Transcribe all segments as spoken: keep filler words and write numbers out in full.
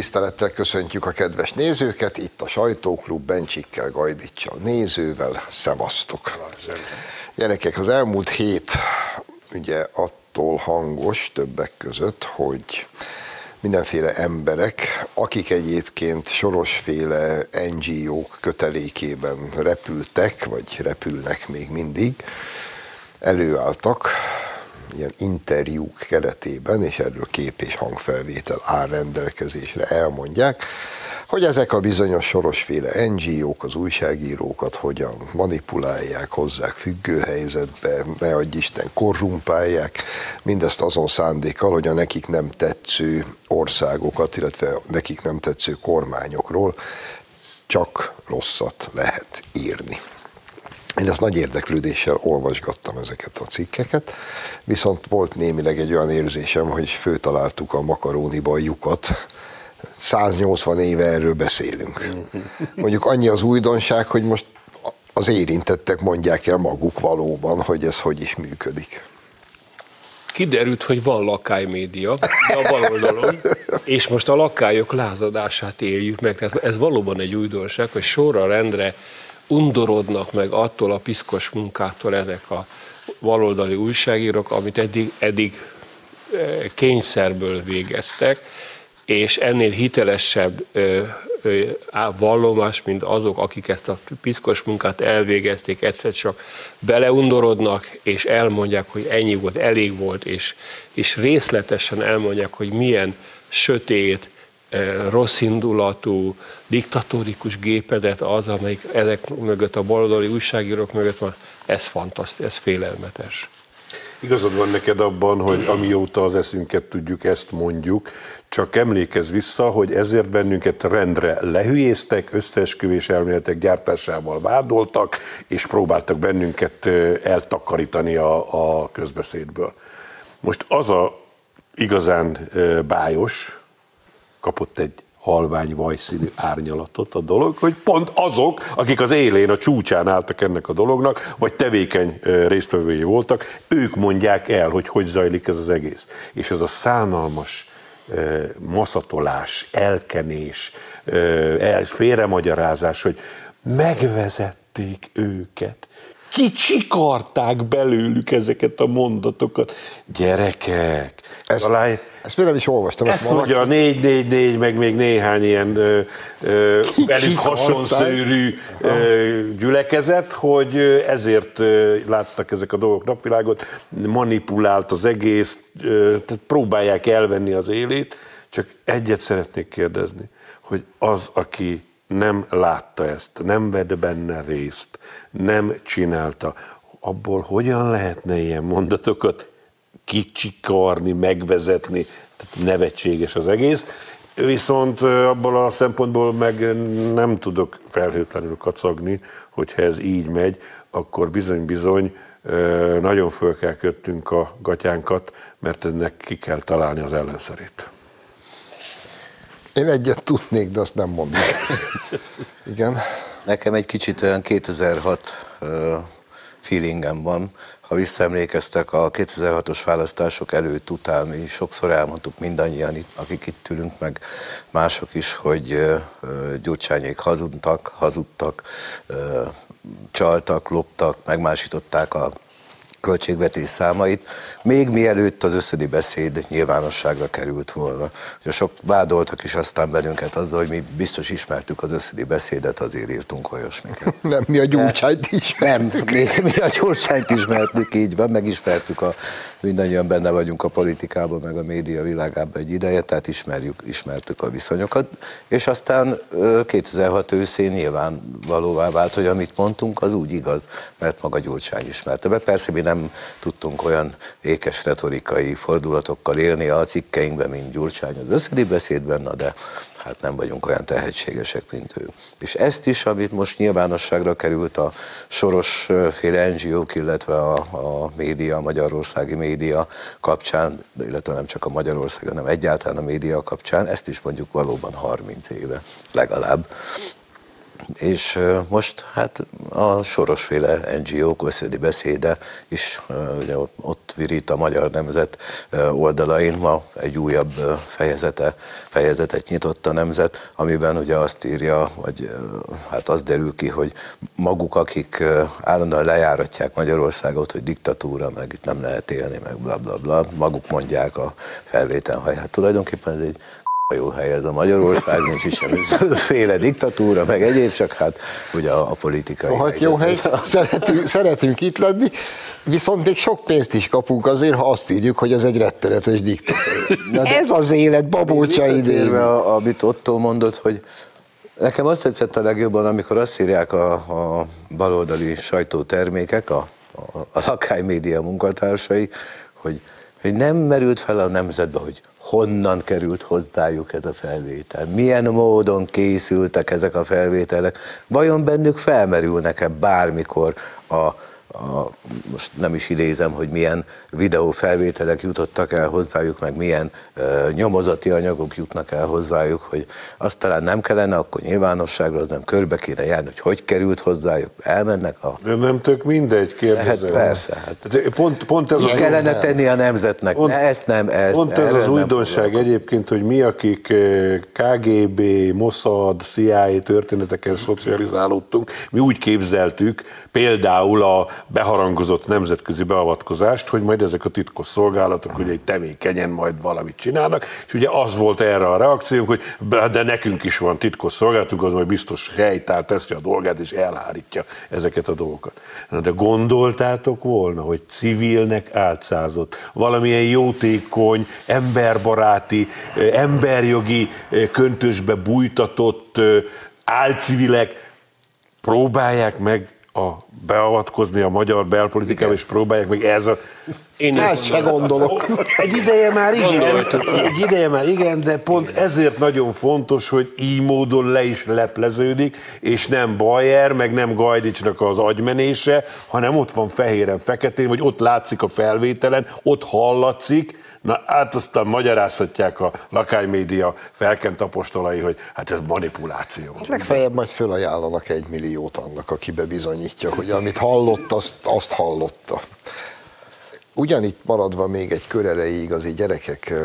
Tisztelettel köszöntjük a kedves nézőket, itt a Sajtóklub Bencsikkel, Gajdicsal, nézővel, szevasztok! Gyerekek, az elmúlt hét ugye attól hangos többek között, hogy mindenféle emberek, akik egyébként sorosféle en gé ók kötelékében repültek, vagy repülnek még mindig, előálltak ilyen interjúk keretében, és erről kép és hangfelvétel áll rendelkezésre, elmondják, hogy ezek a bizonyos sorosféle en gé ók az újságírókat hogyan manipulálják, hozzák függő helyzetbe, ne adj Isten, korrumpálják, mindezt azon szándékkal, hogy a nekik nem tetsző országokat, illetve nekik nem tetsző kormányokról csak rosszat lehet írni. Én ezt nagy érdeklődéssel olvasgattam ezeket a cikkeket, viszont volt némileg egy olyan érzésem, hogy föltaláltuk a makaróniba a lyukat. száznyolcvan éve erről beszélünk. Mondjuk annyi az újdonság, hogy most az érintettek mondják el maguk valóban, hogy ez hogy is működik. Kiderült, hogy van lakálymédia a baloldalon, és most a lakályok lázadását éljük meg. Tehát ez valóban egy újdonság, hogy sorra rendre undorodnak meg attól a piszkos munkától ezek a baloldali újságírók, amit eddig, eddig kényszerből végeztek, és ennél hitelesebb vallomás, mint azok, akik ezt a piszkos munkát elvégezték, egyszer csak beleundorodnak, és elmondják, hogy ennyi volt, elég volt, és, és részletesen elmondják, hogy milyen sötét, rosszindulatú, diktatórikus gépedet az, amelyik ezek mögött, a baloldali újságírók mögött van, ez fantasztikus, ez félelmetes. Igazad van neked abban, hogy amióta az eszünket tudjuk, ezt mondjuk, csak emlékezz vissza, hogy ezért bennünket rendre lehülyéztek, összeesküvés elméletek gyártásával vádoltak, és próbáltak bennünket eltakarítani a, a közbeszédből. Most az a igazán bájos, kapott egy halvány vajszínű árnyalatot a dolog, hogy pont azok, akik az élén, a csúcsán álltak ennek a dolognak, vagy tevékeny résztvevői voltak, ők mondják el, hogy hogy zajlik ez az egész. És ez a szánalmas maszatolás, elkenés, félremagyarázás, hogy megvezették őket, kicsikarták belőlük ezeket a mondatokat. Gyerekek! Ezt, talán, ezt például is olvastam. Ezt mondja a négy négy négy, meg még néhány ilyen ö, ö, velük hasonszőrű gyülekezet, hogy ezért láttak ezek a dolgok napvilágot, manipulált az egész, tehát próbálják elvenni az élét. Csak egyet szeretnék kérdezni, hogy az, aki nem látta ezt, nem vett benne részt, nem csinálta, abból hogyan lehetne ilyen mondatokat kicsikarni, megvezetni, tehát nevetséges az egész, viszont abból a szempontból meg nem tudok felhőtlenül kacagni, hogyha ez így megy, akkor bizony-bizony nagyon föl kell kötnünk a gatyánkat, mert ennek ki kell találni az ellenszerét. Én egyet tudnék, de azt nem mondom. Igen. Nekem egy kicsit olyan kétezer-hat uh, feelingem van. Ha visszaemlékeztek, a kétezer-hatos választások előtt, után mi sokszor elmondtuk mindannyian, akik itt ülünk, meg mások is, hogy uh, Gyurcsányék hazudtak, hazudtak, uh, csaltak, loptak, megmásították a költségvetés számait, még mielőtt az összödi beszéd nyilvánosságra került volna. Ugye sok vádoltak is aztán bennünket azzal, hogy mi biztos ismertük az összödi beszédet, azért írtunk olyasmiket. Nem, mi a Gyurcsányt ismertük. Nem, mi, mi a Gyurcsányt ismertük, így van, megismertük, a, mindannyian benne vagyunk a politikában, meg a média világában egy ideje, tehát ismerjük, ismertük a viszonyokat, és aztán kétezer-hat őszén nyilvánvalóvá vált, hogy amit mondtunk, az úgy igaz, mert maga Gyurcsány ismerte be. Persze mi nem tudtunk olyan ékes retorikai fordulatokkal élni a cikkeinkben, mint Gyurcsány az összödi beszédben, na de hát nem vagyunk olyan tehetségesek, mint ő. És ezt is, amit most nyilvánosságra került a Soros-féle en gé ók, illetve a, a média, a magyarországi média kapcsán, illetve nem csak a Magyarország, hanem egyáltalán a média kapcsán, ezt is mondjuk valóban harminc éve legalább. És most hát a Sorosféle en gé ó-k összödi beszéde is ugye ott virít a Magyar Nemzet oldalain, ma egy újabb fejezete, fejezetet nyitott a Nemzet, amiben ugye azt írja, vagy hát az derül ki, hogy maguk, akik állandóan lejáratják Magyarországot, hogy diktatúra, meg itt nem lehet élni, meg bla bla bla, maguk mondják a felvétel, hogy hát tulajdonképpen ez egy jó hely ez a Magyarország, nincs is semmiféle diktatúra, meg egyéb, csak hát ugye a, a politikai hát jó hely, szeretünk, szeretünk itt lenni, viszont még sok pénzt is kapunk azért, ha azt írjuk, hogy ez egy rettenetes diktatúra. Ez az élet, babócsa idén. Amit Otto mondott, hogy nekem azt tetszett a legjobban, amikor azt írják a, a baloldali sajtótermékek, a, a, a Lakály Média munkatársai, hogy, hogy nem merült fel a Nemzetbe, hogy honnan került hozzájuk ez a felvétel, milyen módon készültek ezek a felvételek, vajon bennük felmerülnek-e bármikor a, a, most nem is idézem, hogy milyen videófelvételek jutottak el hozzájuk, meg milyen uh, nyomozati anyagok jutnak el hozzájuk, hogy azt talán nem kellene, akkor nyilvánosságra, az nem körbe kéne járni, hogy hogy került hozzájuk, elmennek a... De nem tök mindegy, kérdezem. Hát persze. Hát pont, pont ez ki az kellene nem. tenni a Nemzetnek, pont, ne, ezt nem, ezt Pont ez az újdonság egyébként, hogy mi, akik ká gé bé, Mossad, cé i á történeteken szocializálódtunk, mi úgy képzeltük például a beharangozott nemzetközi beavatkozást, hogy majd ezek a titkos szolgálatok ugye egy tevékenyen majd valamit csinálnak, és ugye az volt erre a reakciónk, hogy de nekünk is van titkos szolgálatunk, az majd biztos helytár teszi a dolgát, és elhárítja ezeket a dolgokat. Na, de gondoltátok volna, hogy civilnek álcázott, valamilyen jótékony, emberbaráti, emberjogi köntösbe bújtatott álcivilek próbálják meg a beavatkozni a magyar belpolitikába, és próbálják meg ez a... Én hát se gondolok. Egy ideje már igen, egy ideje már igen, de pont ezért nagyon fontos, hogy így módon le is lepleződik, és nem Bayer, meg nem Gajdicsnak az agymenése, hanem ott van fehéren, feketén, vagy ott látszik a felvételen, ott hallatszik. Na, hát aztán magyarázhatják a Lakály Média felkent apostolai, hogy hát ez manipuláció. Hát legfeljebb majd fölajánlanak egy milliót annak, aki bebizonyítja, hogy amit hallott, azt, azt hallotta. Ugyanitt maradva még egy kör erejéig az így gyerekek,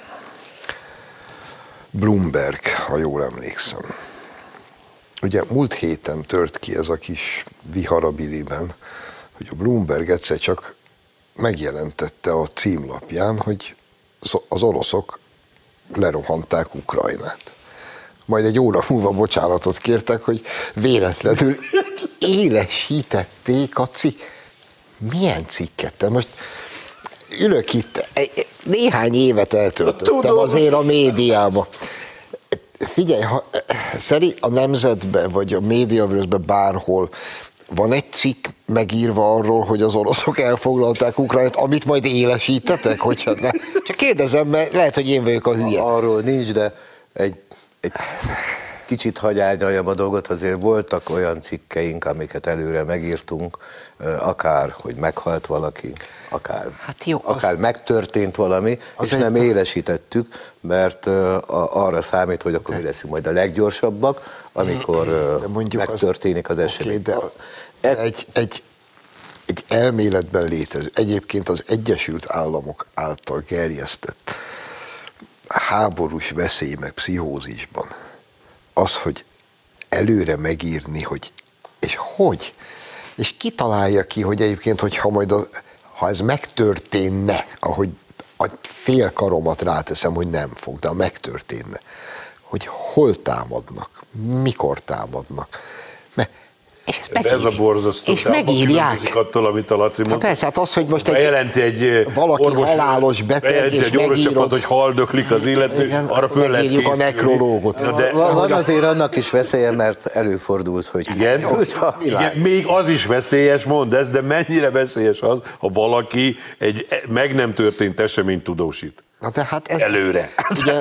Bloomberg, ha jól emlékszem. Ugye múlt héten tört ki ez a kis vihar a biliben, hogy a Bloomberg egyszer csak megjelentette a címlapján, hogy az oroszok lerohanták Ukrajnát. Majd egy óra múlva bocsánatot kértek, hogy véletlenül élesítették a cikk. Milyen cikket? Most ülök itt, néhány évet eltöltöttem azért a médiába. Figyelj, ha, szerint a Nemzetben, vagy a Médiavörösben bárhol van egy cikk megírva arról, hogy az oroszok elfoglalták Ukrajnát, amit majd élesítetek? Hogyha ne. Csak kérdezem, mert lehet, hogy én vagyok a hülye. Arról nincs, de egy, egy kicsit hagyálnyaljam a dolgot, azért voltak olyan cikkeink, amiket előre megírtunk, akár, hogy meghalt valaki, akár, hát jó, akár az, megtörtént valami, és nem élesítettük, mert arra számít, hogy akkor mi leszünk majd a leggyorsabbak, amikor megtörténik az esemény. Okay, de egy, egy, egy elméletben létező, egyébként az Egyesült Államok által gerjesztett háborús veszély meg pszichózisban az, hogy előre megírni, hogy és hogy, és kitalálja ki, hogy egyébként, hogyha majd a, ha ez megtörténne, ahogy a fél karomat ráteszem, hogy nem fog, de ha megtörténne, hogy hol támadnak, mikor támadnak, mert és ezt ez a borzasztó, és megírják. Attól, amit a Laci mondta. Persze, hát az, hogy most egy, bejelenti egy valaki orvos, halálos beteg, és egy orvos csapat, hogy haldoklik az illető, igen, arra föl lehet készülni. a nekrológot. Na, de, van, van azért annak is veszélye, mert előfordult, hogy... Igen, igen, még az is veszélyes, mondd ezt, de mennyire veszélyes az, ha valaki egy meg nem történt eseményt tudósít. Na de hát ez... Előre. Ugye,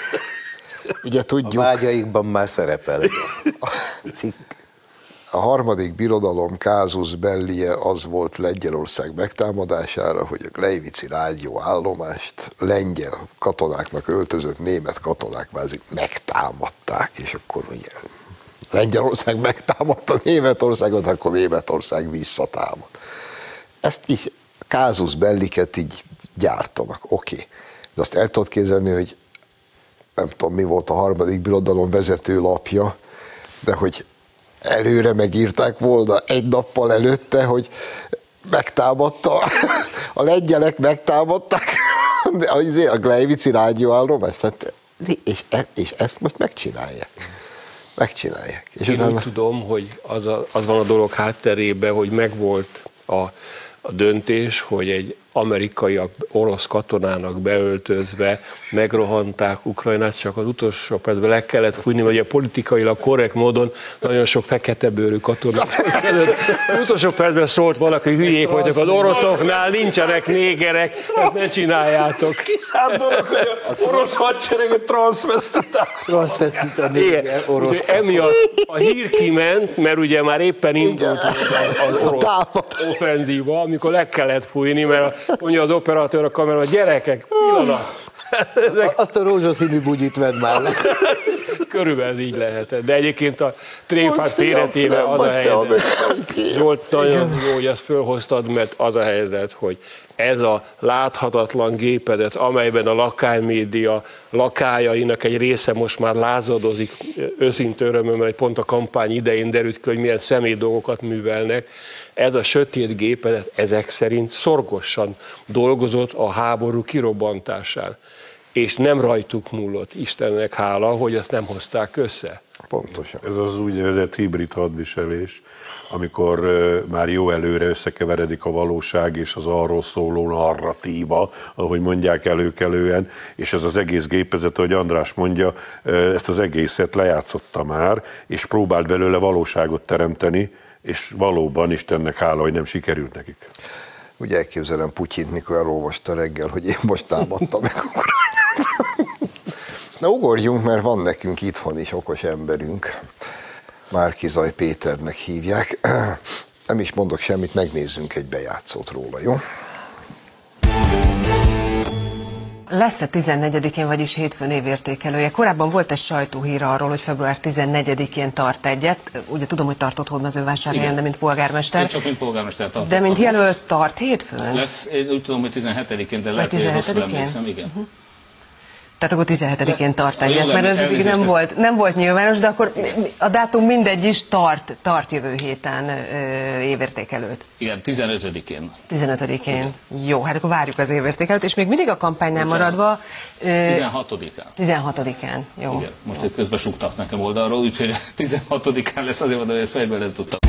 ugye tudjuk... A vágyaikban már szerepel. Cikk. A harmadik birodalom kázus bellie az volt Lengyelország megtámadására, hogy a Gleivici rádió állomást lengyel katonáknak öltözött német katonák vázik megtámadták, és akkor ugye Lengyelország megtámadta Németországot, akkor Németország visszatámad. Ezt így kázus belliket így gyártanak, oké. Okay. De azt el tudod képzelni, hogy nem tudom, mi volt a harmadik birodalom vezető lapja, de hogy előre megírták volna egy nappal előtte, hogy megtámadta, a lengyelek megtámadták a Gleivici rádióállomást, és, és ezt most megcsinálják. Megcsinálják. És Én utána... úgy tudom, hogy az, a, az van a dolog hátterében, hogy megvolt a, a döntés, hogy egy amerikaiak orosz katonának beöltözve megrohanták Ukrajnát, csak az utolsó percben le kellett fújni, vagy a politikailag korrekt módon nagyon sok feketebőrű katonák. Az utolsó percben szólt valaki, hülyék vagyok, az oroszoknál nincsenek négerek, ezt ne csináljátok. Kiszárt dolog, hogy az orosz hadsereg a transzvesztitát. Transzvesztita néger, orosz katona. Emiatt a hír kiment, mert ugye már éppen indult az orosz offenzíva, amikor le kellett fújni, mert mondja az operatőr a kamerában, gyerekek, pillanat. Azt a rózsaszínű bugyit vedd már le. Körülbelül így lehetett. De egyébként a tréfát félretéve az a helyzet. Zsolt, nagyon jó, hogy ezt fölhoztad, mert az a helyzet, hogy ez a láthatatlan gépedet, amelyben a lakánymédia lakájainak egy része most már lázadozik, őszinte örömömre, hogy pont a kampány idején derült ki, hogy milyen személy dolgokat művelnek. Ez a sötét gépedet ezek szerint szorgosan dolgozott a háború kirobbantásán. És nem rajtuk múlott, Istennek hála, hogy azt nem hozták össze. Pontosan. Ez az úgynevezett hibrid hadviselés, amikor uh, már jó előre összekeveredik a valóság és az arról szóló narratíva, ahogy mondják előkelően, és ez az egész gépezet, ahogy András mondja, uh, ezt az egészet lejátszotta már, és próbált belőle valóságot teremteni, és valóban Istennek hála, hogy nem sikerült nekik. Ugye elképzelem Putyint, mikor elolvasta reggel, hogy én most támadtam meg Ukrajnát. Na ugorjunk, mert van nekünk itthon is okos emberünk. Márki-Zay Péternek hívják. Nem is mondok semmit, megnézzünk egy bejátszót róla, jó? Lesz-e tizennegyedikén, vagyis hétfőn évértékelője? Korábban volt egy sajtóhír arról, hogy február tizennegyedikén tart egyet. Ugye tudom, hogy tartott Hódmezővásárhelyen, de mint polgármester. Én csak mint polgármester tartott. De mint jelölt tart hétfőn? Lesz, én úgy tudom, hogy tizenhetedikén, de lehet, hogy rosszul emlékszem, igen. Uh-huh. Tehát akkor tizenhetedikén tart egyet, mert ez eddig nem volt, nem volt nyilvános, de akkor a dátum mindegy is tart, tart jövő héten ö, évértékelőt. Igen, tizenötödikén. tizenötödikén. Jó, hát akkor várjuk az évértékelőt, és még mindig a kampánynál maradva... Ö, tizenhatodikán. tizenhatodikán, jó. Igen, most egy közben súgtak nekem oldalról, úgyhogy tizenhatodikán lesz, azért mondom, hogy ezt fejből nem tudtam.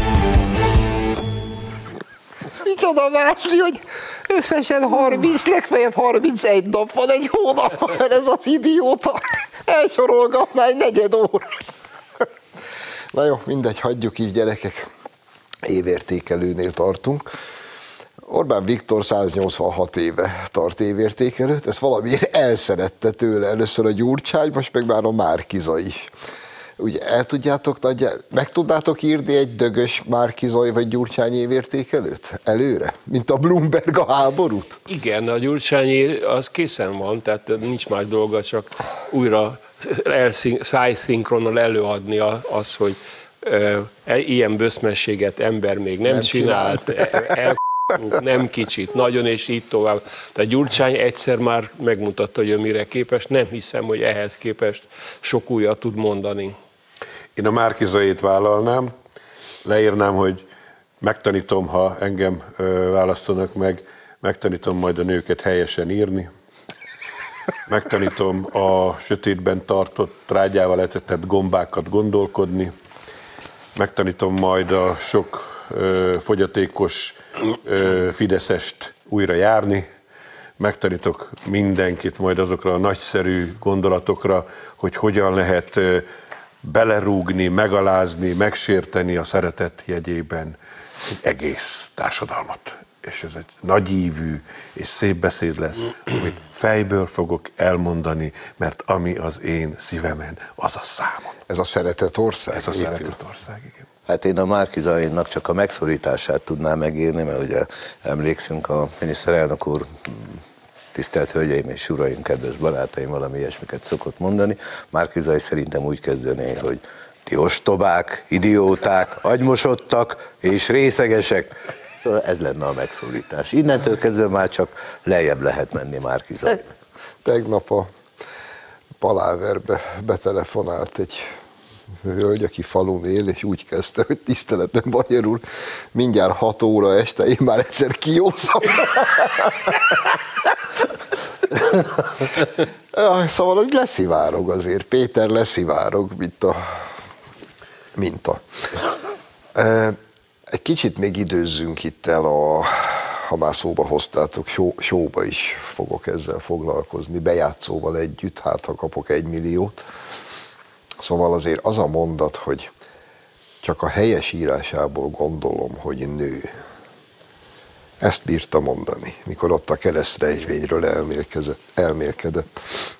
Micsoda mászni, hogy összesen harminc, legfeljebb harmincegy nap van egy hónapban, mert ez az idióta elsorolgatná egy negyed órát. Na jó, mindegy, hagyjuk így, gyerekek. Évértékelőnél tartunk. Orbán Viktor száznyolcvanhat éve tart évértékelőt, ezt valamiért elszerette tőle először a Gyurcsány, most meg már a Márki-Zay is. Ugye el tudjátok, meg tudnátok írni egy dögös Márki-Zay vagy Gyurcsány évértékelőt előre? Mint a Bloomberg a háborút? Igen, a Gyurcsányi az készen van, tehát nincs más dolga, csak újra szájszinkronnal előadni az, hogy e, ilyen böszmességet ember még nem, nem csinált, csinált. El, nem kicsit, nagyon és így tovább. Tehát Gyurcsány egyszer már megmutatta, hogy ő mire képes, nem hiszem, hogy ehhez képest sok újat tud mondani. Én a Márki-Zayét vállalnám, leírnám, hogy megtanítom, ha engem ö, választanak meg, megtanítom majd a nőket helyesen írni, megtanítom a sötétben tartott trágyával etetett gombákat gondolkodni, megtanítom majd a sok ö, fogyatékos ö, fideszest újra járni, megtanítok mindenkit majd azokra a nagyszerű gondolatokra, hogy hogyan lehet ö, belerúgni, megalázni, megsérteni a szeretet jegyében egy egész társadalmat. És ez egy nagyívű és szép beszéd lesz, amit fejből fogok elmondani, mert ami az én szívemen, az a számom. Ez a szeretett ország? Ez a szeretett ország, igen. Hát én a Márki-Zaynak csak a megszorítását tudnám megírni, mert ugye emlékszünk, a miniszterelnök úr, tisztelt hölgyeim és uraim, kedves barátaim, valami ilyesmiket szokott mondani. Márki-Zay szerintem úgy kezdené, hogy ti ostobák, idióták, agymosodtak és részegesek. Szóval ez lenne a megszólítás. Innentől kezdve már csak lejjebb lehet menni Márki-Zay. Tegnap a paláverbe betelefonált egy hölgy, aki falun él, és úgy kezdte, hogy tiszteletem Bajer úr, mindjárt hat óra este, én már egyszer kijózom. Szóval, hogy leszivárog azért, Péter leszivárog, mint a minta. Egy kicsit még időzzünk itt el, a, ha már szóba hoztátok, show, showba is fogok ezzel foglalkozni, bejátszóval együtt, hát ha kapok egy milliót. Szóval azért az a mondat, hogy csak a helyes írásából gondolom, hogy nő. Ezt bírta mondani, mikor ott a keresztrejtvényről elmélkedett.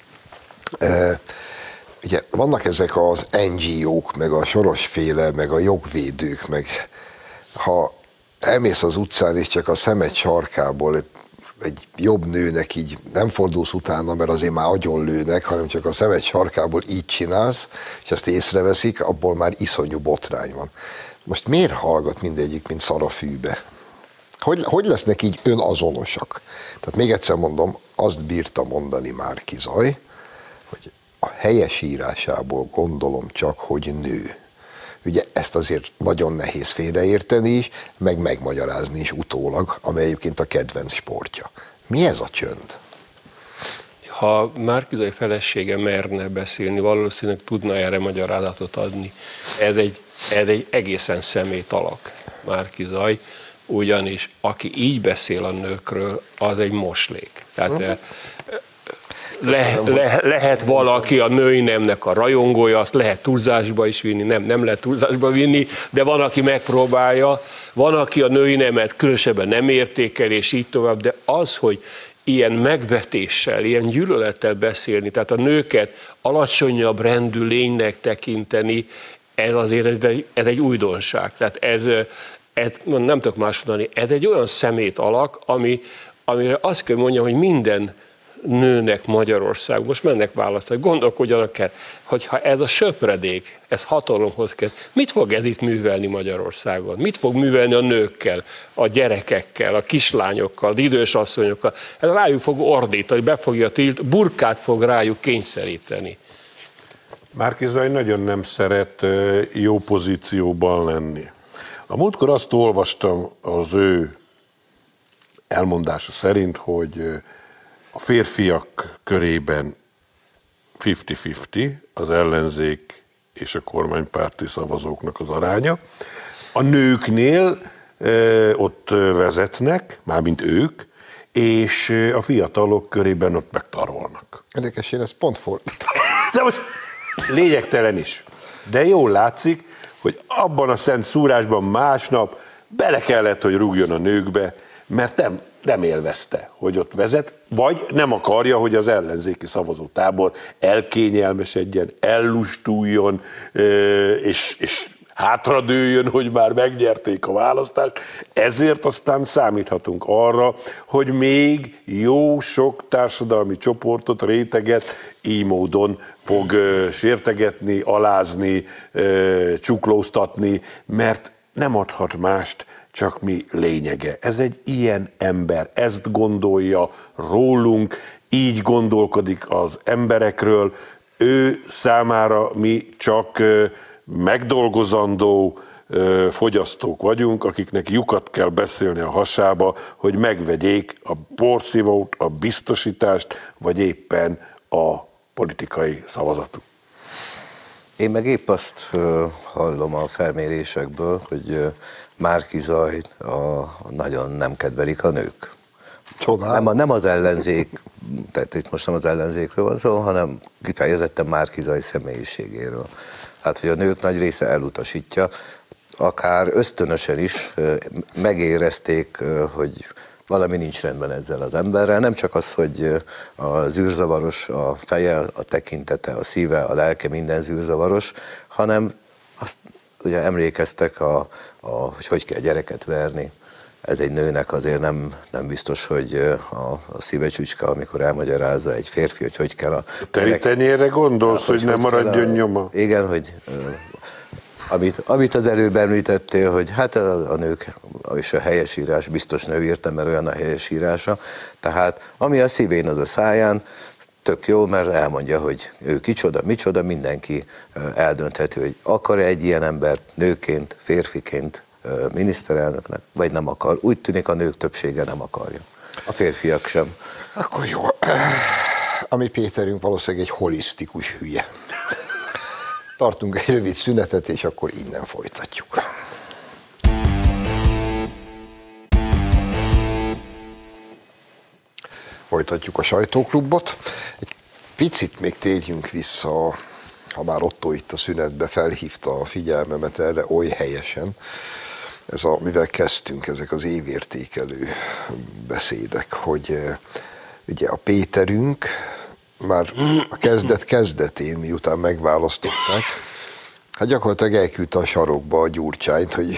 E, ugye vannak ezek az en gé ó-k, meg a Sorosféle, meg a jogvédők, meg ha elmész az utcán, és csak a szemed sarkából egy jobb nőnek így nem fordulsz utána, mert azért már agyonlőnek, hanem csak a szemed sarkából így csinálsz, és ezt észreveszik, abból már iszonyú botrány van. Most miért hallgat mindegyik, mint szar a fűbe? Hogy, hogy lesznek így önazonosak? Tehát még egyszer mondom, azt bírta mondani Márki-Zay, hogy a helyes írásából gondolom csak, hogy nő. Ugye ezt azért nagyon nehéz félreérteni is, meg megmagyarázni is utólag, amely egyébként a kedvenc sportja. Mi ez a csönd? Ha Márki-Zay felesége merne beszélni, valószínűleg tudna erre magyarázatot adni. Ez egy, ez egy egészen szemét alak, Márki-Zay, ugyanis aki így beszél a nőkről, az egy moslék. Tehát uh-huh. Le, le, lehet valaki a női nemnek a rajongója, azt lehet túlzásba is vinni, nem, nem lehet túlzásba vinni, de van, aki megpróbálja, van, aki a női nemet különösebben nem értékel, és így tovább, de az, hogy ilyen megvetéssel, ilyen gyűlölettel beszélni, tehát a nőket alacsonyabb rendű lénynek tekinteni, ez azért egy, ez egy újdonság. Tehát ez, ez, nem tudok más mondani, ez egy olyan szemét alak, ami, amire azt kell mondjam, hogy minden nőnek Magyarország, most mennek választani, gondolkodjanak el, hogyha ez a söpredék, ez hatalomhoz kezd, mit fog ez itt művelni Magyarországon? Mit fog művelni a nőkkel, a gyerekekkel, a kislányokkal, az idős asszonyokkal? Ez rájuk fog ordítani, be fogja tilt, burkát fog rájuk kényszeríteni. Márki-Zay nagyon nem szeret jó pozícióban lenni. A múltkor azt olvastam az ő elmondása szerint, hogy a férfiak körében fifty-fifty az ellenzék és a kormánypárti szavazóknak az aránya. A nőknél ö, ott vezetnek, mármint ők, és a fiatalok körében ott megtarolnak. Érdekes, én ezt pont fordítom. De most lényegtelen is. De jól látszik, hogy abban a szent szúrásban másnap bele kellett, hogy rúgjon a nőkbe, mert nem nem élvezte, hogy ott vezet, vagy nem akarja, hogy az ellenzéki szavazótábor elkényelmesedjen, ellustuljon, és, és hátradőljön, hogy már megnyerték a választást. Ezért aztán számíthatunk arra, hogy még jó sok társadalmi csoportot, réteget így módon fog sértegetni, alázni, csuklóztatni, mert nem adhat mást, csak mi lényege. Ez egy ilyen ember, ezt gondolja rólunk, így gondolkodik az emberekről, ő számára mi csak megdolgozandó fogyasztók vagyunk, akiknek lyukat kell beszélni a hasába, hogy megvegyék a porszívót, a biztosítást, vagy éppen a politikai szavazatot. Én meg épp azt hallom a felmérésekből, hogy Márki-Zayt nagyon nem kedvelik a nők. Nem, nem az ellenzék, tehát itt most nem az ellenzékről van szó, hanem kifejezetten Márki-Zay személyiségéről. Hát, hogy a nők nagy része elutasítja, akár ösztönösen is megérezték, hogy valami nincs rendben ezzel az emberrel. Nem csak az, hogy a zűrzavaros a feje, a tekintete, a szíve, a lelke, minden zűrzavaros, hanem azt ugye emlékeztek, a, a, hogy hogy kell gyereket verni. Ez egy nőnek azért nem, nem biztos, hogy a, a szíve csücska, amikor elmagyarázza egy férfi, hogy hogy kell a... Terítényére gondolsz, hát, hogy, hogy nem maradjon a, nyoma? Igen, hogy amit, amit az előbb említettél, hogy hát a, a nők és a helyesírás, biztos nő írtam, mert olyan a helyesírása, tehát ami a szívén, az a száján, tök jó, mert elmondja, hogy ő kicsoda, micsoda, mindenki eldöntheti, hogy akar-e egy ilyen embert nőként, férfiként miniszterelnöknek, vagy nem akar. Úgy tűnik, a nők többsége nem akarja. A férfiak sem. Akkor jó. A mi Péterünk valószínűleg egy holisztikus hülye. Tartunk egy rövid szünetet, és akkor innen folytatjuk. Folytatjuk a sajtóklubot. Egy picit még térjünk vissza, ha már Otto itt a szünetbe felhívta a figyelmemet erre oly helyesen. Ez a, mivel kezdtünk, ezek az évértékelő beszédek, hogy ugye a Péterünk már a kezdet kezdetén, miután megválasztották, hát gyakorlatilag elküldte a sarokba a Gyurcsányt, hogy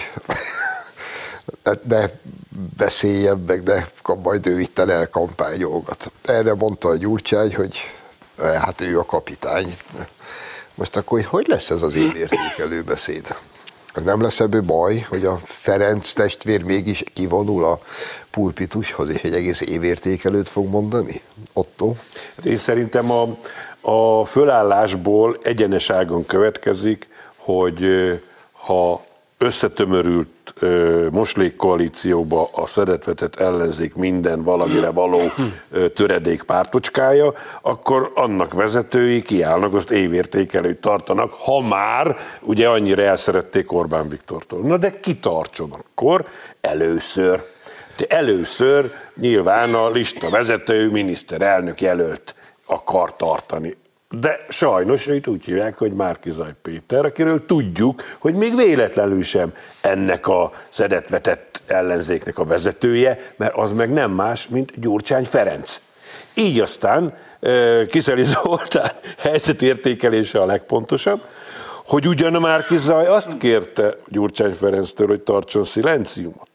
ne beszéljen meg, de majd ő itt elkampányolgat. Erre mondta a Gyurcsány, hogy hát ő a kapitány. Most akkor hogy lesz ez az évértékelő beszéd? Ez nem lesz ebből baj, hogy a Ferenc testvér mégis kivonul a pulpitushoz, és egy egész évértékelőt fog mondani? Otto? Én szerintem a, a fölállásból egyeneságon következik, hogy ha összetömörült moslékkoalícióba a szeretvetett ellenzék minden valamire való töredék pártocskája, akkor annak vezetői kiállnak, azt évértékelőt tartanak, ha már ugye annyira elszerették Orbán Viktortól. Na de ki tartson akkor? Először. De először nyilván a lista vezető miniszterelnök jelölt akar tartani. De sajnos őt úgy hívják, hogy Márki-Zay Péter, akiről tudjuk, hogy még véletlenül sem ennek a szeretvetett ellenzéknek a vezetője, mert az meg nem más, mint Gyurcsány Ferenc. Így aztán Kizeli Zoltán helyzetértékelése a legpontosabb, hogy ugyan a Márki-Zay azt kérte Gyurcsány Ferenctől, hogy tartson szilenciumot.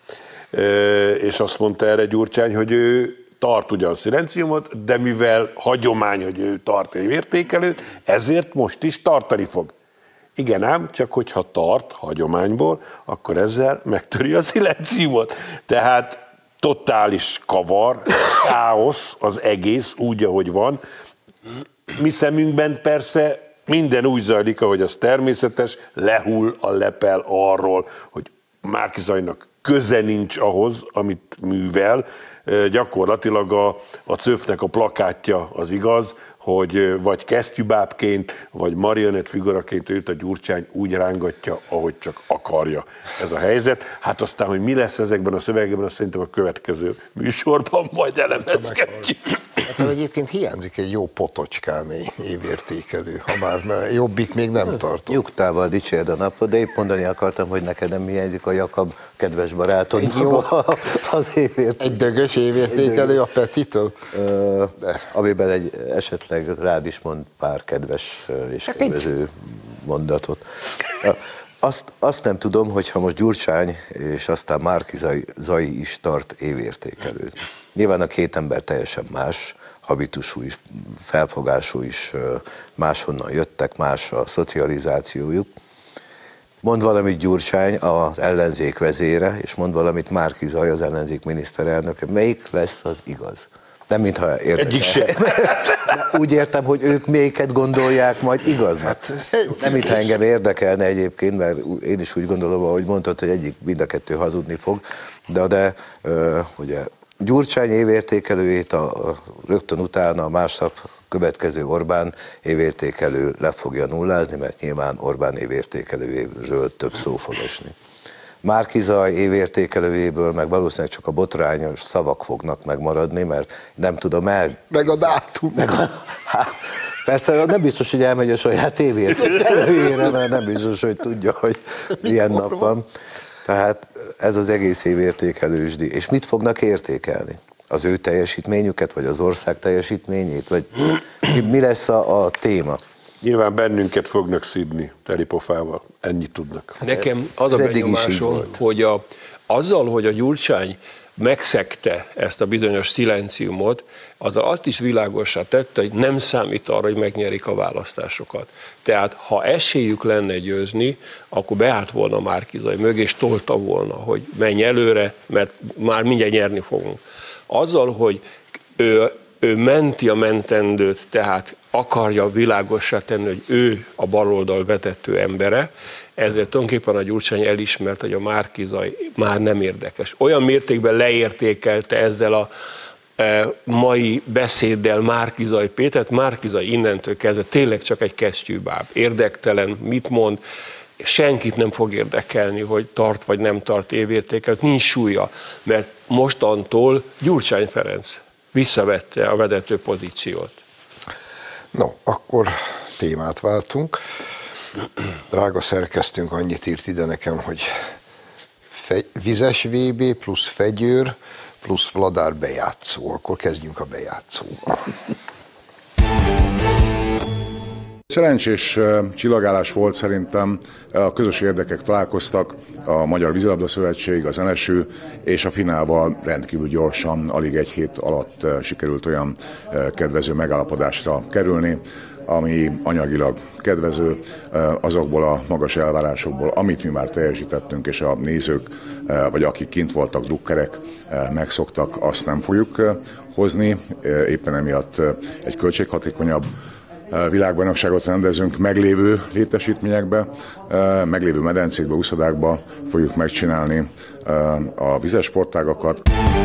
És azt mondta erre Gyurcsány, hogy ő tart ugyan szilenciumot, de mivel hagyomány, hogy ő tart évértékelőt, ezért most is tartani fog. Igen ám, csak hogyha tart hagyományból, akkor ezzel megtöri a szilenciumot. Tehát totális kavar, káosz az egész úgy, ahogy van. Mi szemünkben persze minden úgy zajlik, ahogy az természetes, lehull a lepel arról, hogy Márki-Zaynak köze nincs ahhoz, amit művel. Gyakorlatilag a, a cöfnek a plakátja az igaz, hogy vagy kesztyűbábként, vagy marionett figuraként őt a Gyurcsány úgy rángatja, ahogy csak akarja. Ez a helyzet. Hát aztán, hogy mi lesz ezekben a szövegekben, azt szerintem a következő műsorban majd elemezkedjük. Hát egyébként hiányzik egy jó potocskáné évértékelő, ha már, mert jobbik még nem tartott. Nyugtával dicsérd a napot, de épp mondani akartam, hogy neked nem hiányzik a Jakab kedves barátodnak az évértékelő. Egy dögös évértékelő a Petitől? Uh, amiben egy esetleg rád is mond pár kedves és kedvező mondatot. Azt, azt nem tudom, hogyha most Gyurcsány és aztán Márki-Zay is tart évértékelőt. Nyilván a két ember teljesen más, habitusú is, felfogású is, máshonnan jöttek, más a szocializációjuk. Mond valamit Gyurcsány, az ellenzék vezére, és mond valamit Márki-Zay, az ellenzék miniszterelnöke. Melyik lesz az igaz? Nem mintha érdekel. Egyik sem. De úgy értem, hogy ők melyiket gondolják majd igaznak. Nem mintha engem érdekelne egyébként, mert én is úgy gondolom, ahogy mondtad, hogy egyik mind a kettő hazudni fog, de, de ugye Gyurcsány évértékelőjét a, a, rögtön utána a másnap következő Orbán évértékelő le fogja nullázni, mert nyilván Orbán évértékelőjéről több szó fog esni. Márki-Zay évértékelőjéből meg valószínűleg csak a botrányos szavak fognak megmaradni, mert nem tudom el... Meg a dátum. Meg a, hát, persze nem biztos, hogy elmegy a saját évértékelőjére, mert nem biztos, hogy tudja, hogy milyen nap van. Tehát ez az egész évértékelősdi. És mit fognak értékelni? Az ő teljesítményüket, vagy az ország teljesítményét? Vagy mi, mi lesz a, a téma? Nyilván bennünket fognak szidni telipofával, ennyit tudnak. Nekem az a benyomásom, hogy a, azzal, hogy a Gyurcsány megszegte ezt a bizonyos szilenciumot, azzal azt is világossá tette, hogy nem számít arra, hogy megnyerik a választásokat. Tehát ha esélyük lenne győzni, akkor beállt volna Márki-Zay mögé, és tolta volna, hogy menj előre, mert már mindjárt nyerni fogunk. Azzal, hogy ő, ő menti a mentendőt, tehát akarja világossá tenni, hogy ő a baloldal vezető embere, ezért tulajdonképpen a Gyurcsány elismert, hogy a Márki-Zay már nem érdekes. Olyan mértékben leértékelte ezzel a e, mai beszéddel Márki-Zay Pétert, Márki-Zay innentől kezdve tényleg csak egy kesztyűbáb. Érdektelen, mit mond, senkit nem fog érdekelni, hogy tart vagy nem tart évértékelt, nincs súlya, mert mostantól Gyurcsány Ferenc visszavette a vezető pozíciót. No, akkor témát váltunk. Drága szerkesztőnk annyit írt ide nekem, hogy fe, vizes vé bé plusz fegyőr plusz Vladár bejátszó. Akkor kezdjünk a bejátszóba. Szerencsés csillagállás volt szerintem, a közös érdekek találkoztak, a Magyar Vízilabda Szövetség, az en es ü és a finálval rendkívül gyorsan, alig egy hét alatt sikerült olyan kedvező megállapodásra kerülni, ami anyagilag kedvező, azokból a magas elvárásokból, amit mi már teljesítettünk, és a nézők, vagy akik kint voltak, drukkerek megszoktak, azt nem fogjuk hozni. Éppen emiatt egy költséghatékonyabb világbajnokságot rendezünk meglévő létesítményekbe, meglévő medencékbe, úszodákba fogjuk megcsinálni a vizes sportágakat.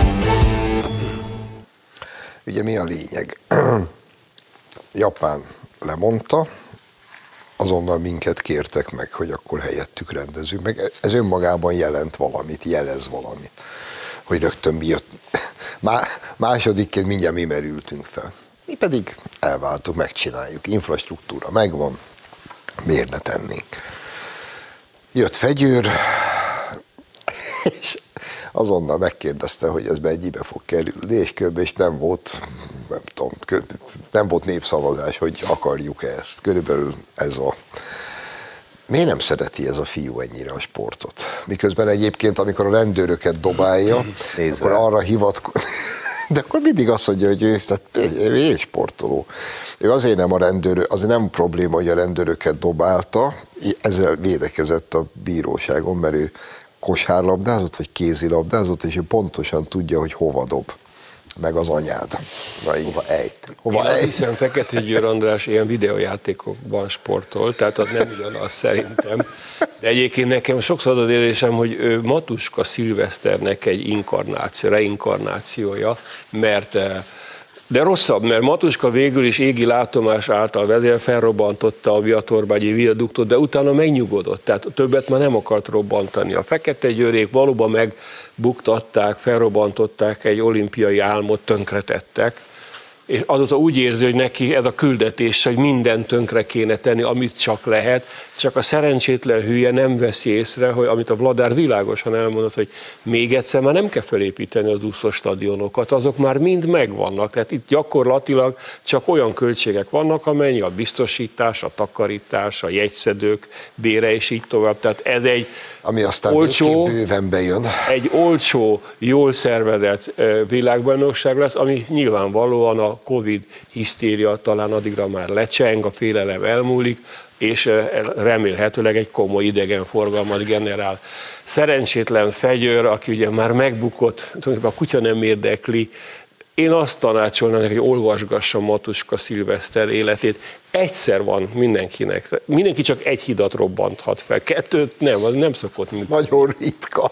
Ugye mi a lényeg? Japán lemondta, azonnal minket kértek meg, hogy akkor helyettük rendezünk meg. Ez önmagában jelent valamit, jelez valamit, hogy rögtön mi jött. Másodikként mindjárt mi merültünk fel. Mi pedig elváltuk, megcsináljuk, infrastruktúra megvan, miért ne tennénk. Jött Fegyőr, és azonnal megkérdezte, hogy ez mennyibe fog kerülni, és kb. És nem volt, nem tudom, nem volt népszavazás, hogy akarjuk-e ezt. Körülbelül ez a... Miért nem szereti ez a fiú ennyire a sportot? Miközben egyébként, amikor a rendőröket dobálja, akkor arra hivatkozik. De akkor mindig azt mondja, hogy ő, tehát ő élsportoló. Ő azért nem a rendőr, azért nem probléma, hogy a rendőröket dobálta, ezzel védekezett a bíróságon, mert ő kosárlabdázott, vagy kézilabdázott, és ő pontosan tudja, hogy hova dob. Meg az anyád. Hova ejt. Hova ejt. Hiszen Fekete Győr András ilyen videójátékokban sportol, tehát az nem ugyanaz szerintem. De egyébként nekem sokszor az érzésem, hogy ő Matuska Szilveszternek egy inkarnáció, reinkarnációja, mert de rosszabb, mert Matuska végül is égi látomás által vezér felrobbantotta a Viatorbágyi viaduktot, de utána megnyugodott, tehát többet már nem akart robbantani. A Fekete Győrék valóban megbuktatták, felrobbantották, egy olimpiai álmot tönkretettek, és azóta úgy érzi, hogy neki ez a küldetés, hogy mindent tönkre kéne tenni, amit csak lehet, csak a szerencsétlen hülye nem veszi észre, hogy amit a Vladár világosan elmondott, hogy még egyszer már nem kell felépíteni az úszós stadionokat, azok már mind megvannak, tehát itt gyakorlatilag csak olyan költségek vannak, amennyi a biztosítás, a takarítás, a jegyszedők bére és így tovább, tehát ez egy ami aztán olcsó, bőven bejön. Egy olcsó, jól szervezett világbajnokság lesz, ami nyilvánvalóan a Covid hisztéria talán addigra már lecseng, a félelem elmúlik, és remélhetőleg egy komoly idegenforgalmat generál. Szerencsétlen Fegyőr, aki ugye már megbukott, a kutya nem érdekli, én azt tanácsolnám neki, hogy olvasgassa Matuska Szilveszter életét. Egyszer van mindenkinek. Mindenki csak egy hidat robbanthat fel. Kettőt nem, az nem szokott működni. Nagyon ritka.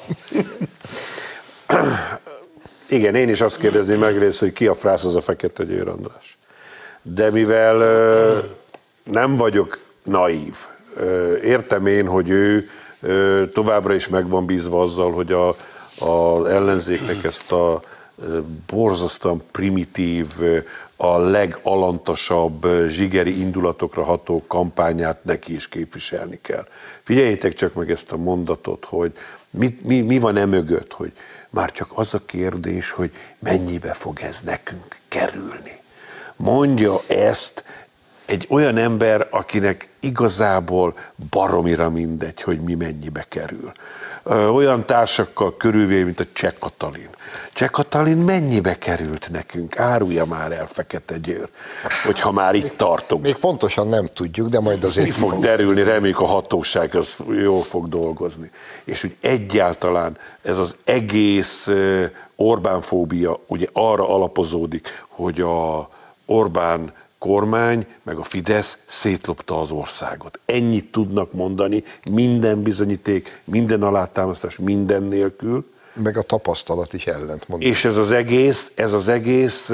Igen, én is azt kérdezném meg rész, hogy ki a frász az a Fekete Győr András. De mivel ö, nem vagyok naív, ö, értem én, hogy ő ö, továbbra is meg van bízva azzal, hogy a, az ellenzéknek ezt a borzasztóan primitív, a legalantasabb zsigeri indulatokra ható kampányát neki is képviselni kell. Figyeljétek csak meg ezt a mondatot, hogy mit, mi, mi van e mögött, hogy már csak az a kérdés, hogy mennyibe fog ez nekünk kerülni. Mondja ezt egy olyan ember, akinek igazából baromira mindegy, hogy mi mennyibe kerül. olyan társakkal körülvéve, mint a Cseh Katalin. Cseh Katalin mennyibe került nekünk? Árulja már el, Fekete Győr, hogyha már itt tartunk. Még pontosan nem tudjuk, de majd azért... Mi fog derülni, reméljük a hatóság az jól fog dolgozni. És hogy egyáltalán ez az egész Orbán-fóbia ugye arra alapozódik, hogy a Orbán kormány, meg a Fidesz szétlopta az országot. Ennyit tudnak mondani, minden bizonyíték, minden alátámasztás, minden nélkül. Meg a tapasztalat is ellent mond. És ez az egész, ez az egész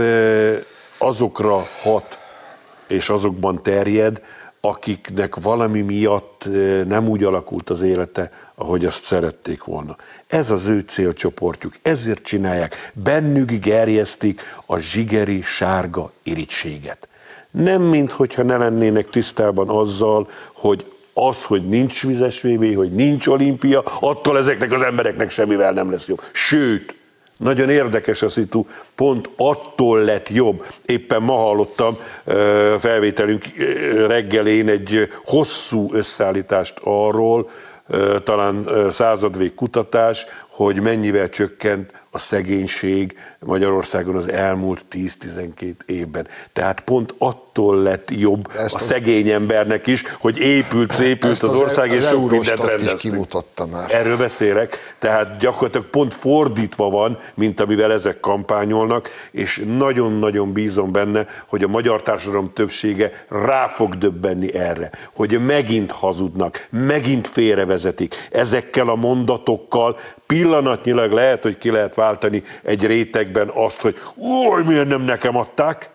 azokra hat, és azokban terjed, akiknek valami miatt nem úgy alakult az élete, ahogy azt szerették volna. Ez az ő célcsoportjuk, ezért csinálják. Bennük gerjesztik a zsigeri sárga irítséget. Nem minthogyha ne lennének tisztában azzal, hogy az, hogy nincs vizes vé bé, hogy nincs olimpia, attól ezeknek az embereknek semmivel nem lesz jobb. Sőt, nagyon érdekes a szitu, pont attól lett jobb. Éppen ma hallottam felvételünk reggelén egy hosszú összeállítást arról, talán századvég kutatás, hogy mennyivel csökkent a szegénység Magyarországon az elmúlt tíz-tizenkét évben. Tehát pont attól lett jobb ezt a szegény embernek is, hogy épült, szépült az ország, és sok mindent rendeztünk. Erről beszélek, tehát gyakorlatilag pont fordítva van, mint amivel ezek kampányolnak, és nagyon-nagyon bízom benne, hogy a magyar társadalom többsége rá fog döbbenni erre, hogy megint hazudnak, megint félrevezetik. Ezekkel a mondatokkal pillanatnyilag lehet, hogy ki lehet váltani egy rétegben azt, hogy új, miért nem nekem adták?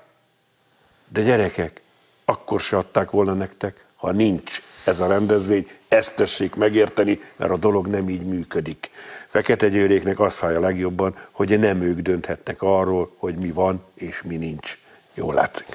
De gyerekek, akkor se adták volna nektek, ha nincs ez a rendezvény, ezt tessék megérteni, mert a dolog nem így működik. Fekete Győréknek az fáj a legjobban, hogy nem ők dönthetnek arról, hogy mi van és mi nincs. Jól látszik.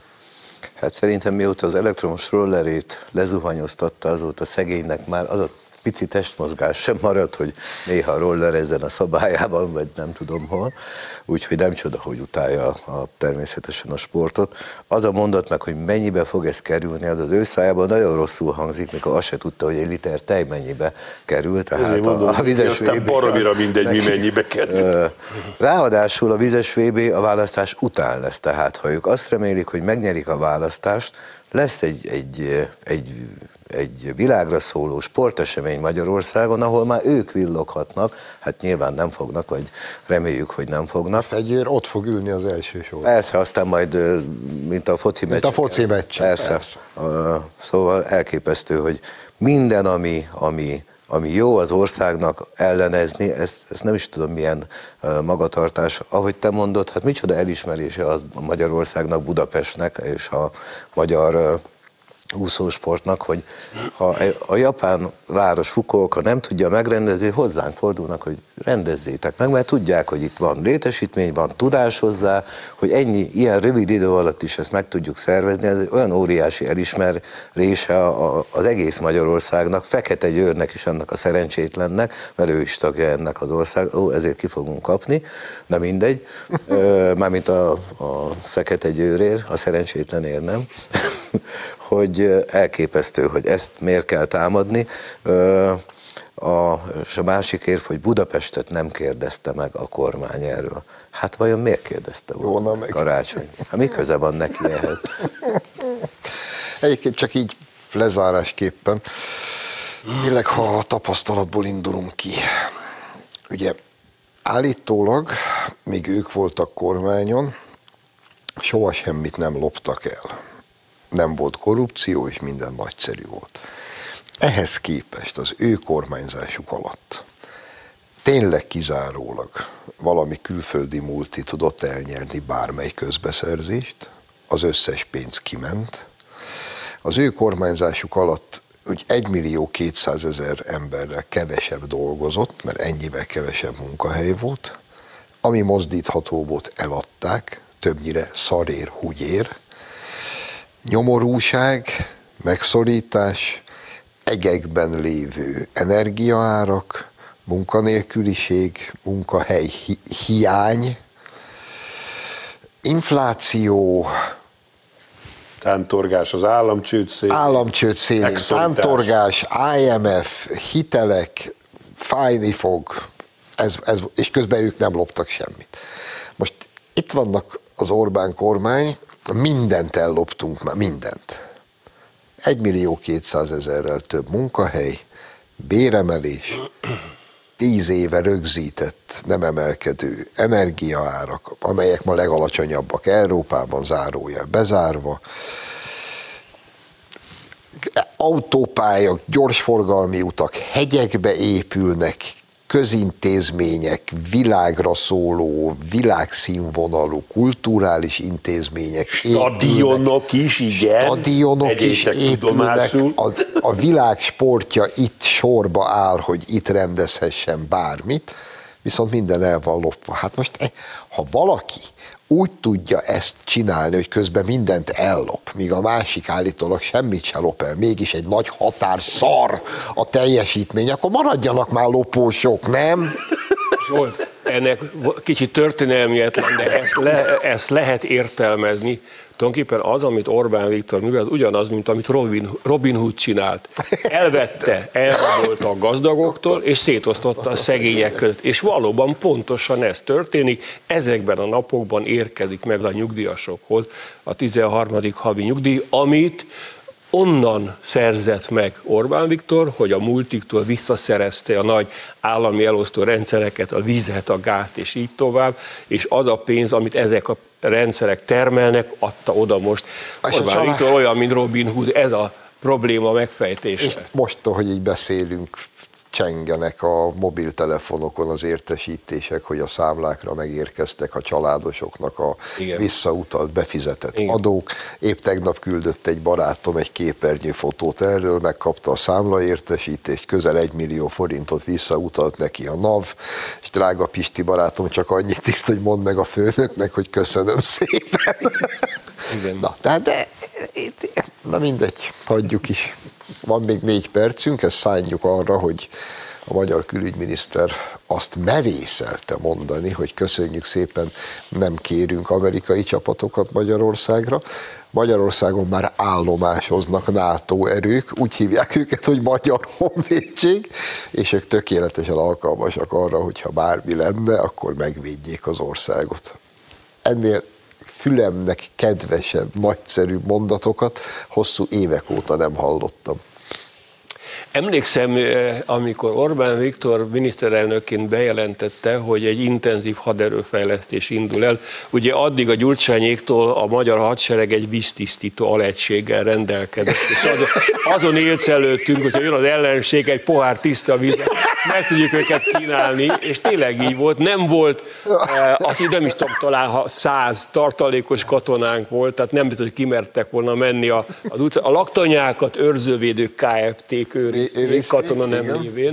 Hát szerintem mióta az elektromos rollerét lezuhanyoztatta, azóta szegénynek már az a pici testmozgás sem maradt, hogy néha rollerezzen a szabályában, vagy nem tudom hol, úgyhogy nem csoda, hogy utálja a, természetesen a sportot. Az a mondat meg, hogy mennyibe fog ez kerülni, az az ő szájában nagyon rosszul hangzik, mikor azt se tudta, hogy egy liter tej mennyibe kerül. Tehát mondom, a, a vizes vé bé... Aztán baromira mindegy, mi mennyibe kerül. Ráadásul a vizes vé bé a választás után lesz, tehát ha ők azt remélik, hogy megnyerik a választást, lesz egy, egy, egy egy világra szóló sportesemény Magyarországon, ahol már ők villoghatnak, hát nyilván nem fognak, vagy reméljük, hogy nem fognak. Fegyőr ott fog ülni az első sorban. Persze, aztán majd, mint a foci meccs. Mint a foci meccs. Persze. persze. Szóval elképesztő, hogy minden, ami, ami, ami jó az országnak ellenezni, ezt, ezt nem is tudom milyen magatartás. Ahogy te mondod, hát micsoda elismerése az Magyarországnak, Budapestnek és a magyar úszósportnak, hogy ha a japán város Fukuoka nem tudja megrendezni, hozzánk fordulnak, hogy rendezzétek meg, mert tudják, hogy itt van létesítmény, van tudás hozzá, hogy ennyi, ilyen rövid idő alatt is ezt meg tudjuk szervezni, ez olyan óriási elismerése az egész Magyarországnak, Fekete Győrnek is, annak a szerencsétlennek, mert ő is tagja ennek az ország, ó, ezért ki fogunk kapni, de mindegy, mármint a, a Fekete Győrér, a szerencsétlenér nem, hogy elképesztő, hogy ezt miért kell támadni. A, és a másik érv, hogy Budapestet nem kérdezte meg a kormány erről. Hát vajon miért kérdezte volna meg Karácsony? Hát mi köze van neki ehhez? Egyébként csak így lezárásképpen, tényleg, ha a tapasztalatból indulunk ki. Ugye állítólag, még ők voltak kormányon, soha semmit nem loptak el. Nem volt korrupció, és minden nagyszerű volt. Ehhez képest az ő kormányzásuk alatt tényleg kizárólag valami külföldi multi tudott elnyerni bármely közbeszerzést, az összes pénz kiment. Az ő kormányzásuk alatt úgy egymillió kétszázezer emberrel kevesebb dolgozott, mert ennyivel kevesebb munkahely volt, ami mozdítható volt, eladták, többnyire szarér, húgyér, nyomorúság, megszorítás, egekben lévő energiaárak, munkanélküliség, munkahely hi- hiány, infláció, tántorgás az államcsőd szélén. Államcsőd szélén, tántorgás, I M F, hitelek, fájni fog, ez, ez, és közben ők nem loptak semmit. Most itt vannak az Orbán kormány, mindent elloptunk már, mindent. egy millió kétszázezerrel több munkahely, béremelés, tíz éve rögzített, nem emelkedő energiaárak, amelyek ma legalacsonyabbak Európában, zárójel bezárva, autópályák, gyorsforgalmi utak hegyekbe épülnek, közintézmények, világra szóló, világszínvonalú, kulturális intézmények Stadionok épülnek, is, igen. Stadionok is épülnek, a, a világ sportja itt sorba áll, hogy itt rendezhessen bármit, viszont minden el van lopva. Hát most, ha valaki úgy tudja ezt csinálni, hogy közben mindent ellop, míg a másik állítólag semmit se lop el, mégis egy nagy határ szar a teljesítmény, akkor maradjanak már lopósok, nem? Zsolt, ennek kicsit történelmietlen, de ezt, le, ezt lehet értelmezni. Tulajdonképpen az, amit Orbán Viktor művel, ugyanaz, mint amit Robin, Robin Hood csinált. Elvette, elrabolta a gazdagoktól, és szétosztotta a szegények között. És valóban pontosan ez történik. Ezekben a napokban érkezik meg a nyugdíjasokhoz a tizenharmadik havi nyugdíj, amit onnan szerzett meg Orbán Viktor, hogy a multiktól visszaszerezte a nagy állami elosztó rendszereket, a vizet, a gázt, és így tovább, és az a pénz, amit ezek a rendszerek termelnek, adta oda most Orbán Viktor, olyan, mint Robin Hood, ez a probléma megfejtése. És most, hogy így beszélünk, csengenek a mobiltelefonokon az értesítések, hogy a számlákra megérkeztek a családosoknak a Igen. visszautalt, befizetett Igen. adók. Épp tegnap küldött egy barátom egy képernyő fotót erről, megkapta a számlaértesítést, közel egy millió forintot visszautalt neki a NAV, és drága Pisti barátom csak annyit írt, hogy mondd meg a főnöknek, hogy köszönöm szépen. Igen. Na, tehát de, na mindegy, hagyjuk is. Van még négy percünk, ezt szánjuk arra, hogy a magyar külügyminiszter azt merészelte mondani, hogy köszönjük szépen, nem kérünk amerikai csapatokat Magyarországra. Magyarországon már állomásoznak NATO erők, úgy hívják őket, hogy Magyar Honvédség, és ők tökéletesen alkalmasak arra, hogyha bármi lenne, akkor megvédjék az országot. Ennél fülemnek kedvesebb, nagyszerű mondatokat hosszú évek óta nem hallottam. Emlékszem, amikor Orbán Viktor miniszterelnökként bejelentette, hogy egy intenzív haderőfejlesztés indul el, ugye addig a Gyurcsányéktól a magyar hadsereg egy víztisztító alegységgel rendelkezett, és azon, azon élsz előttünk, hogyha jön az ellenség, egy pohár tiszta vízet, meg tudjuk őket kínálni, és tényleg így volt. Nem volt, aki nem is tudom, talán ha száz tartalékos katonánk volt, tehát nem biztos, hogy kimertek volna menni a, az utca. A laktanyákat őrzővédő ká ef té-k őrizték, katona nem lévén.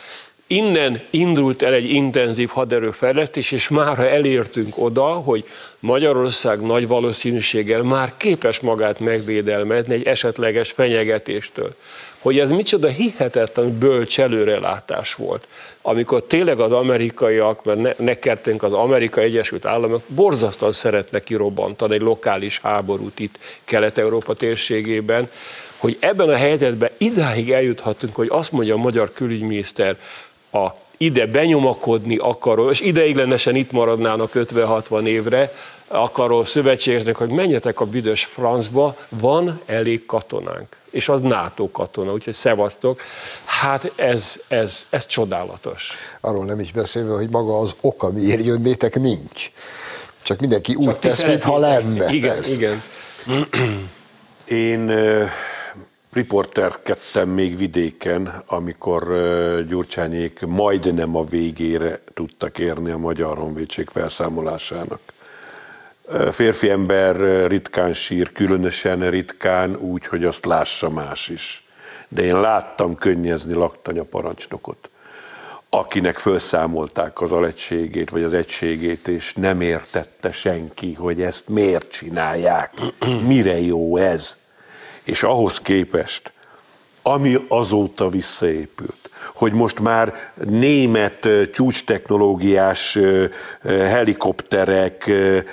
Innen indult el egy intenzív haderőfejlesztés, és mára elértünk oda, hogy Magyarország nagy valószínűséggel már képes magát megvédelmezni egy esetleges fenyegetéstől. Hogy ez micsoda hihetetlen bölcs előrelátás volt, amikor tényleg az amerikaiak, mert ne, ne kertünk az Amerikai Egyesült Államok, borzasztóan szeretnek kirobbantani egy lokális háborút itt Kelet-Európa térségében, hogy ebben a helyzetben idáig eljuthatunk, hogy azt mondja a magyar külügyminiszter, a ide benyomakodni akaró, és ideiglenesen itt maradnának ötven-hatvan évre, akaró szövetségesnek, hogy menjetek a büdös francba, van elég katonánk. És az NATO katona, úgyhogy szevasztok. Hát ez, ez, ez csodálatos. Arról nem is beszélve, hogy maga az oka, miért jönnétek, nincs. Csak mindenki úgy Csak tesz, mintha lenne. Igen, persze. igen. Én uh, riporterkedtem még vidéken, amikor uh, Gyurcsányék majdnem a végére tudtak érni a Magyar Honvédség felszámolásának. Férfi ember ritkán sír, különösen ritkán úgy, hogy azt lássa más is. De én láttam könnyezni laktanya-parancsnokot, akinek felszámolták az alegységét, vagy az egységét, és nem értette senki, hogy ezt miért csinálják, mire jó ez. És ahhoz képest, ami azóta visszaépült, hogy most már német csúcstechnológiás helikopterek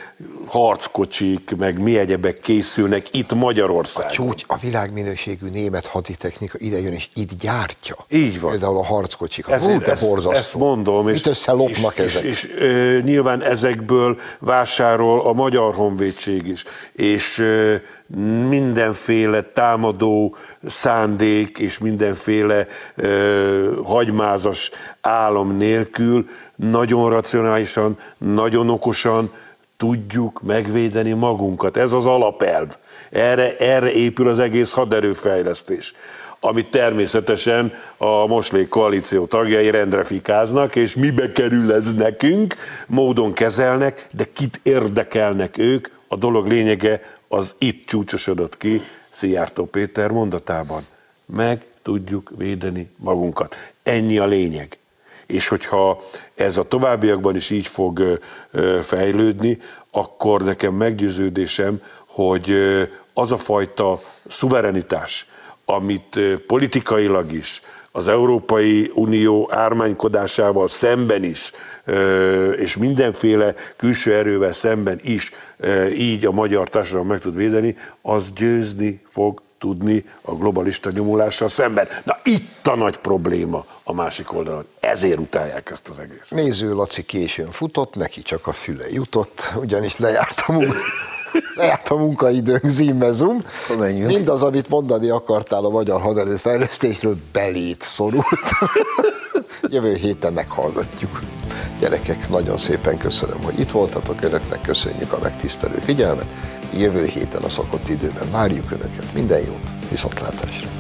harckocsik, meg mi egyebek készülnek itt Magyarországon. A csúcs, a világminőségű német haditechnika ide jön és itt gyártja. Így van. Például a harckocsik. Ez, Hú, de ezt, borzasztó. ezt mondom. Mit összelopnak és, ezek? És, és ö, nyilván ezekből vásárol a Magyar Honvédség is, és ö, mindenféle támadó szándék és mindenféle ö, hagymázas álom nélkül nagyon racionálisan, nagyon okosan tudjuk megvédeni magunkat. Ez az alapelv. Erre, erre épül az egész haderőfejlesztés, amit természetesen a Moslék koalíció tagjai rendre fikáznak, és mibe kerül ez nekünk, módon kezelnek, de kit érdekelnek ők, a dolog lényege az itt csúcsosodott ki Szijjártó Péter mondatában. Meg tudjuk védeni magunkat. Ennyi a lényeg. És hogyha ez a továbbiakban is így fog fejlődni, akkor nekem meggyőződésem, hogy az a fajta szuverenitás, amit politikailag is, az Európai Unió ármánykodásával szemben is, és mindenféle külső erővel szemben is így a magyar társadalom meg tud védeni, az győzni fog tudni a globalista nyomulással szemben. Na itt a nagy probléma a másik oldalon. Ezért utálják ezt az egész. Néző Laci későn futott, neki csak a füle jutott, ugyanis lejárt a munka. Lejárt a munkaidőnk, zimmezum. Mindaz, amit mondani akartál a magyar haderő fejlesztésről, belét szorult. Jövő héten meghallgatjuk. Gyerekek, nagyon szépen köszönöm, hogy itt voltatok, önöknek köszönjük a megtisztelő figyelmet. Jövő héten a szokott időben várjuk önöket. Minden jót, viszontlátásra!